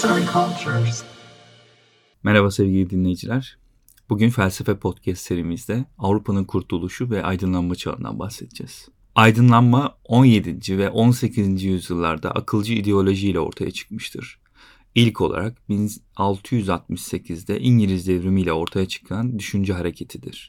Sensory Cultures. Merhaba sevgili dinleyiciler. Bugün Felsefe Podcast serimizde Avrupa'nın kurtuluşu ve aydınlanma çağından bahsedeceğiz. Aydınlanma 17. ve 18. yüzyıllarda akılcı ideolojiyle ortaya çıkmıştır. İlk olarak 1668'de İngiliz devrimiyle ortaya çıkan düşünce hareketidir.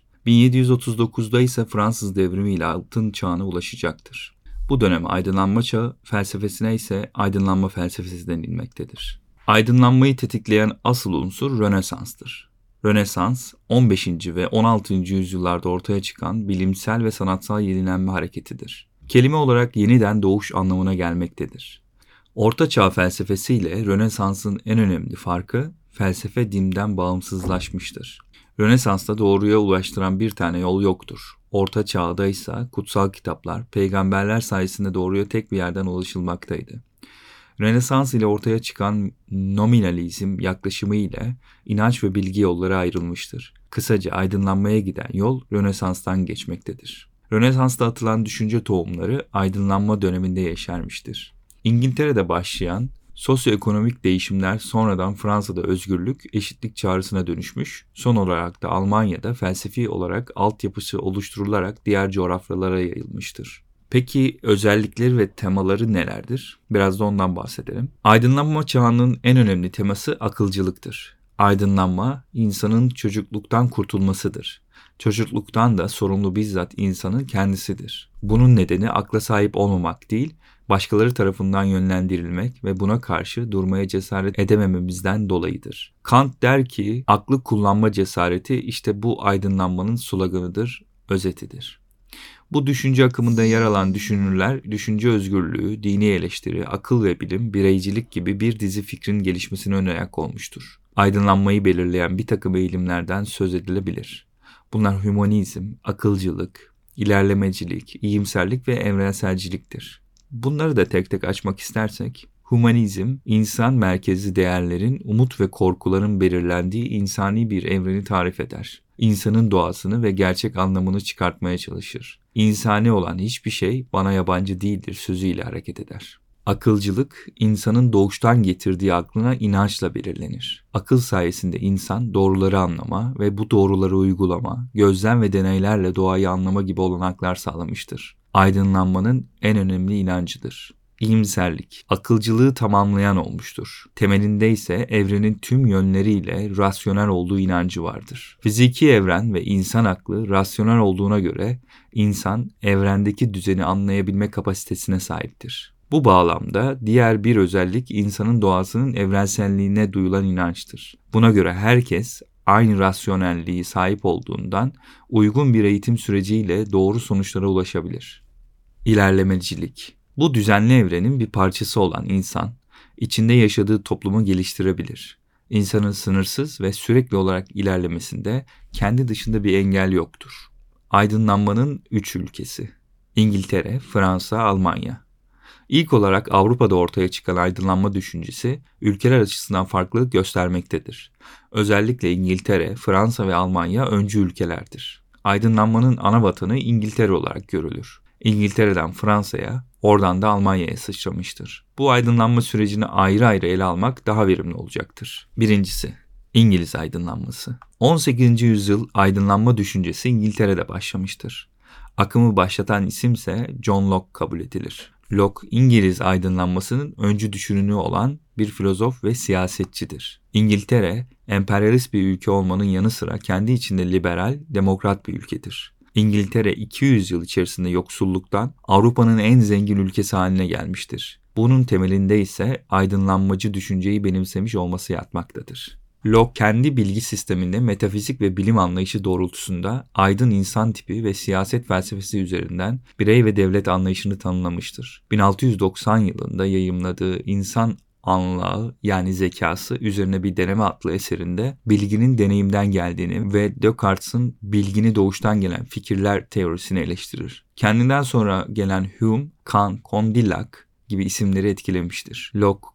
1739'da ise Fransız devrimiyle altın çağına ulaşacaktır. Bu döneme aydınlanma çağı, felsefesine ise aydınlanma felsefesi denilmektedir. Aydınlanmayı tetikleyen asıl unsur Rönesans'tır. Rönesans, 15. ve 16. yüzyıllarda ortaya çıkan bilimsel ve sanatsal yenilenme hareketidir. Kelime olarak yeniden doğuş anlamına gelmektedir. Orta Çağ felsefesiyle Rönesans'ın en önemli farkı, felsefe dinden bağımsızlaşmıştır. Rönesans'ta doğruya ulaştıran bir tane yol yoktur. Orta Çağ'da ise kutsal kitaplar, peygamberler sayesinde doğruya tek bir yerden ulaşılmaktaydı. Rönesans ile ortaya çıkan nominalizm yaklaşımı ile inanç ve bilgi yolları ayrılmıştır. Kısaca aydınlanmaya giden yol Rönesans'tan geçmektedir. Rönesans'ta atılan düşünce tohumları aydınlanma döneminde yeşermiştir. İngiltere'de başlayan sosyoekonomik değişimler sonradan Fransa'da özgürlük, eşitlik çağrısına dönüşmüş, son olarak da Almanya'da felsefi olarak altyapısı oluşturularak diğer coğrafyalara yayılmıştır. Peki özellikleri ve temaları nelerdir? Biraz da ondan bahsedelim. Aydınlanma çağının en önemli teması akılcılıktır. Aydınlanma, insanın çocukluktan kurtulmasıdır. Çocukluktan da sorumlu bizzat insanın kendisidir. Bunun nedeni akla sahip olmamak değil, başkaları tarafından yönlendirilmek ve buna karşı durmaya cesaret edemememizden dolayıdır. Kant der ki, aklı kullanma cesareti işte bu aydınlanmanın sloganıdır, özetidir. Bu düşünce akımında yer alan düşünürler, düşünce özgürlüğü, dini eleştiri, akıl ve bilim, bireycilik gibi bir dizi fikrin gelişmesine ön ayak olmuştur. Aydınlanmayı belirleyen bir takım eğilimlerden söz edilebilir. Bunlar hümanizm, akılcılık, ilerlemecilik, iyimserlik ve evrenselciliktir. Bunları da tek tek açmak istersek, humanizm, insan merkezli değerlerin, umut ve korkuların belirlendiği insani bir evreni tarif eder. İnsanın doğasını ve gerçek anlamını çıkartmaya çalışır. İnsani olan hiçbir şey bana yabancı değildir sözüyle hareket eder. Akılcılık, insanın doğuştan getirdiği aklına inançla belirlenir. Akıl sayesinde insan doğruları anlama ve bu doğruları uygulama, gözlem ve deneylerle doğayı anlama gibi olanaklar sağlamıştır. Aydınlanmanın en önemli inancıdır. İyimserlik, akılcılığı tamamlayan olmuştur. Temelinde ise evrenin tüm yönleriyle rasyonel olduğu inancı vardır. Fiziki evren ve insan aklı rasyonel olduğuna göre insan evrendeki düzeni anlayabilme kapasitesine sahiptir. Bu bağlamda diğer bir özellik insanın doğasının evrenselliğine duyulan inançtır. Buna göre herkes aynı rasyonelliği sahip olduğundan uygun bir eğitim süreciyle doğru sonuçlara ulaşabilir. İlerlemecilik. Bu düzenli evrenin bir parçası olan insan, içinde yaşadığı toplumu geliştirebilir. İnsanın sınırsız ve sürekli olarak ilerlemesinde kendi dışında bir engel yoktur. Aydınlanmanın 3 ülkesi: İngiltere, Fransa, Almanya. İlk olarak Avrupa'da ortaya çıkan aydınlanma düşüncesi ülkeler açısından farklılık göstermektedir. Özellikle İngiltere, Fransa ve Almanya öncü ülkelerdir. Aydınlanmanın ana vatanı İngiltere olarak görülür. İngiltere'den Fransa'ya, oradan da Almanya'ya sıçramıştır. Bu aydınlanma sürecini ayrı ayrı ele almak daha verimli olacaktır. Birincisi, İngiliz aydınlanması. 18. yüzyıl aydınlanma düşüncesi İngiltere'de başlamıştır. Akımı başlatan isimse John Locke kabul edilir. Locke, İngiliz aydınlanmasının öncü düşünürü olan bir filozof ve siyasetçidir. İngiltere, emperyalist bir ülke olmanın yanı sıra kendi içinde liberal, demokrat bir ülkedir. İngiltere 200 yıl içerisinde yoksulluktan Avrupa'nın en zengin ülkesi haline gelmiştir. Bunun temelinde ise aydınlanmacı düşünceyi benimsemiş olması yatmaktadır. Locke kendi bilgi sisteminde metafizik ve bilim anlayışı doğrultusunda aydın insan tipi ve siyaset felsefesi üzerinden birey ve devlet anlayışını tanımlamıştır. 1690 yılında yayımladığı İnsan Anlağı yani zekası üzerine bir deneme adlı eserinde bilginin deneyimden geldiğini ve Descartes'in bilgini doğuştan gelen fikirler teorisini eleştirir. Kendinden sonra gelen Hume, Kant, Condillac gibi isimleri etkilemiştir. Locke,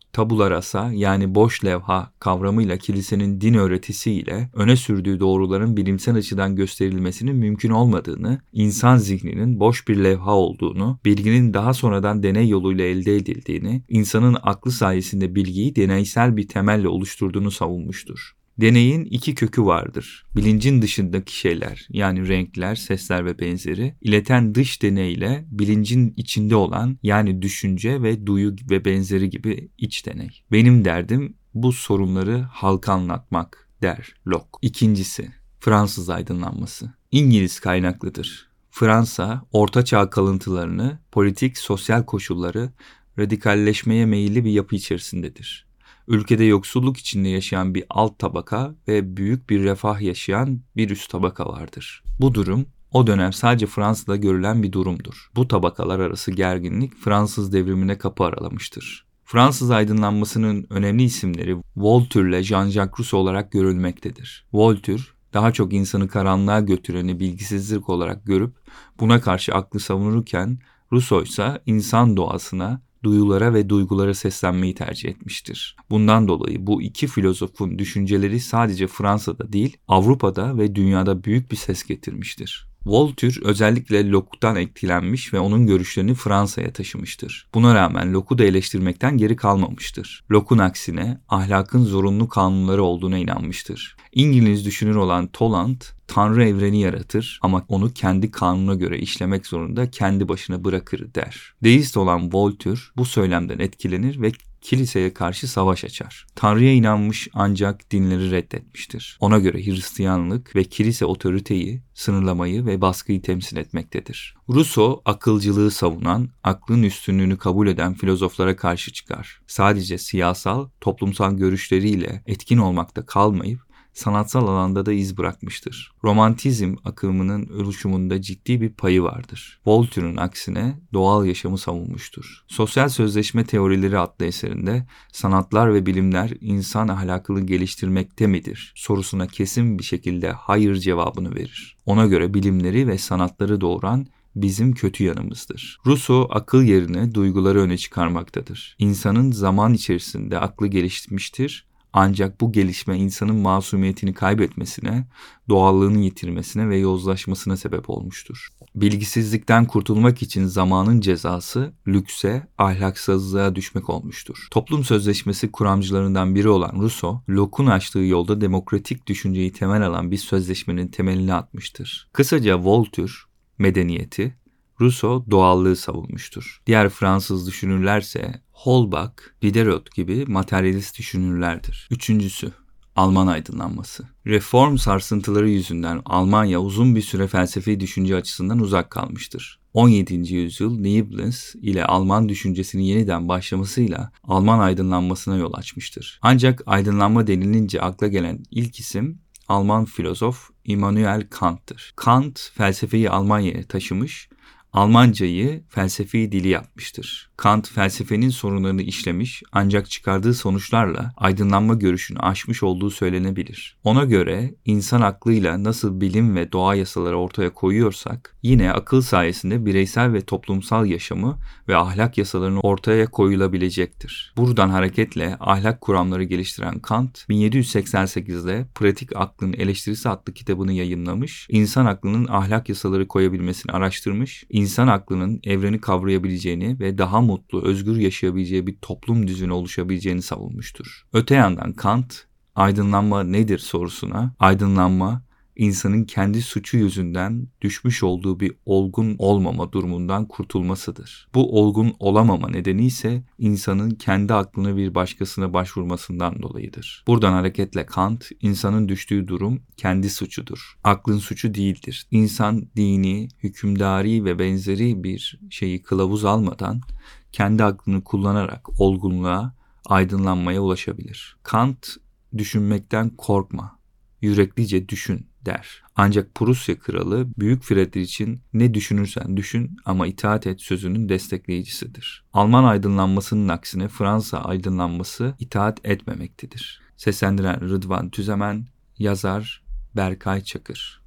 Tabula rasa yani boş levha kavramıyla kilisenin din öğretisiyle öne sürdüğü doğruların bilimsel açıdan gösterilmesinin mümkün olmadığını, insan zihninin boş bir levha olduğunu, bilginin daha sonradan deney yoluyla elde edildiğini, insanın aklı sayesinde bilgiyi deneysel bir temelle oluşturduğunu savunmuştur. Deneyin iki kökü vardır. Bilincin dışındaki şeyler yani renkler, sesler ve benzeri ileten dış deneyle bilincin içinde olan yani düşünce ve duyu ve benzeri gibi iç deney. Benim derdim bu sorunları halka anlatmak der Locke. İkincisi, Fransız aydınlanması. İngiliz kaynaklıdır. Fransa, Orta Çağ kalıntılarını, politik, sosyal koşulları, radikalleşmeye meyilli bir yapı içerisindedir. Ülkede yoksulluk içinde yaşayan bir alt tabaka ve büyük bir refah yaşayan bir üst tabaka vardır. Bu durum o dönem sadece Fransa'da görülen bir durumdur. Bu tabakalar arası gerginlik Fransız devrimine kapı aralamıştır. Fransız aydınlanmasının önemli isimleri Voltaire ile Jean-Jacques Rousseau olarak görülmektedir. Voltaire, daha çok insanı karanlığa götüreni bilgisizlik olarak görüp buna karşı aklı savunurken Rousseau ise insan doğasına, duyulara ve duygulara seslenmeyi tercih etmiştir. Bundan dolayı bu iki filozofun düşünceleri sadece Fransa'da değil, Avrupa'da ve dünyada büyük bir ses getirmiştir. Voltaire özellikle Locke'dan etkilenmiş ve onun görüşlerini Fransa'ya taşımıştır. Buna rağmen Locke'u da eleştirmekten geri kalmamıştır. Locke'un aksine ahlakın zorunlu kanunları olduğuna inanmıştır. İngiliz düşünür olan Toland, Tanrı evreni yaratır ama onu kendi kanununa göre işlemek zorunda kendi başına bırakır der. Deist olan Voltaire bu söylemden etkilenir ve kiliseye karşı savaş açar. Tanrı'ya inanmış ancak dinleri reddetmiştir. Ona göre Hristiyanlık ve kilise otoriteyi, sınırlamayı ve baskıyı temsil etmektedir. Rousseau, akılcılığı savunan, aklın üstünlüğünü kabul eden filozoflara karşı çıkar. Sadece siyasal, toplumsal görüşleriyle etkin olmakta kalmayıp, sanatsal alanda da iz bırakmıştır. Romantizm akımının oluşumunda ciddi bir payı vardır. Voltaire'ın aksine doğal yaşamı savunmuştur. Sosyal Sözleşme Teorileri adlı eserinde sanatlar ve bilimler insan ahlakını geliştirmekte midir sorusuna kesin bir şekilde hayır cevabını verir. Ona göre bilimleri ve sanatları doğuran bizim kötü yanımızdır. Rousseau akıl yerine duyguları öne çıkarmaktadır. İnsanın zaman içerisinde aklı gelişmiştir. Ancak bu gelişme insanın masumiyetini kaybetmesine, doğallığını yitirmesine ve yozlaşmasına sebep olmuştur. Bilgisizlikten kurtulmak için zamanın cezası lükse, ahlaksızlığa düşmek olmuştur. Toplum sözleşmesi kuramcılarından biri olan Rousseau, Locke'un açtığı yolda demokratik düşünceyi temel alan bir sözleşmenin temelini atmıştır. Kısaca Voltaire, medeniyeti, Rousseau doğallığı savunmuştur. Diğer Fransız düşünürlerse Holbach, Diderot gibi materyalist düşünürlerdir. Üçüncüsü, Alman aydınlanması. Reform sarsıntıları yüzünden Almanya uzun bir süre felsefi düşünce açısından uzak kalmıştır. 17. yüzyıl Leibniz ile Alman düşüncesinin yeniden başlamasıyla Alman aydınlanmasına yol açmıştır. Ancak aydınlanma denilince akla gelen ilk isim Alman filozof Immanuel Kant'tır. Kant felsefeyi Almanya'ya taşımış, Almancayı felsefi dili yapmıştır. Kant felsefenin sorunlarını işlemiş ancak çıkardığı sonuçlarla aydınlanma görüşünü aşmış olduğu söylenebilir. Ona göre insan aklıyla nasıl bilim ve doğa yasaları ortaya koyuyorsak yine akıl sayesinde bireysel ve toplumsal yaşamı ve ahlak yasalarını ortaya koyulabilecektir. Buradan hareketle ahlak kuramları geliştiren Kant 1788'de Pratik Aklın Eleştirisi adlı kitabını yayınlamış, insan aklının ahlak yasaları koyabilmesini araştırmış, İnsan aklının evreni kavrayabileceğini ve daha mutlu, özgür yaşayabileceği bir toplum düzeni oluşabileceğini savunmuştur. Öte yandan Kant, aydınlanma nedir sorusuna, aydınlanma, insanın kendi suçu yüzünden düşmüş olduğu bir olgun olmama durumundan kurtulmasıdır. Bu olgun olamama nedeni ise insanın kendi aklına bir başkasına başvurmasından dolayıdır. Buradan hareketle Kant, insanın düştüğü durum kendi suçudur. Aklın suçu değildir. İnsan dini, hükümdari ve benzeri bir şeyi kılavuz almadan kendi aklını kullanarak olgunluğa, aydınlanmaya ulaşabilir. Kant, düşünmekten korkma, yüreklice düşün der. Ancak Prusya kralı Büyük Friedrich'in ne düşünürsen düşün ama itaat et sözünün destekleyicisidir. Alman aydınlanmasının aksine Fransa aydınlanması itaat etmemektedir. Seslendiren Rıdvan Tüzemen, yazar Berkay Çakır.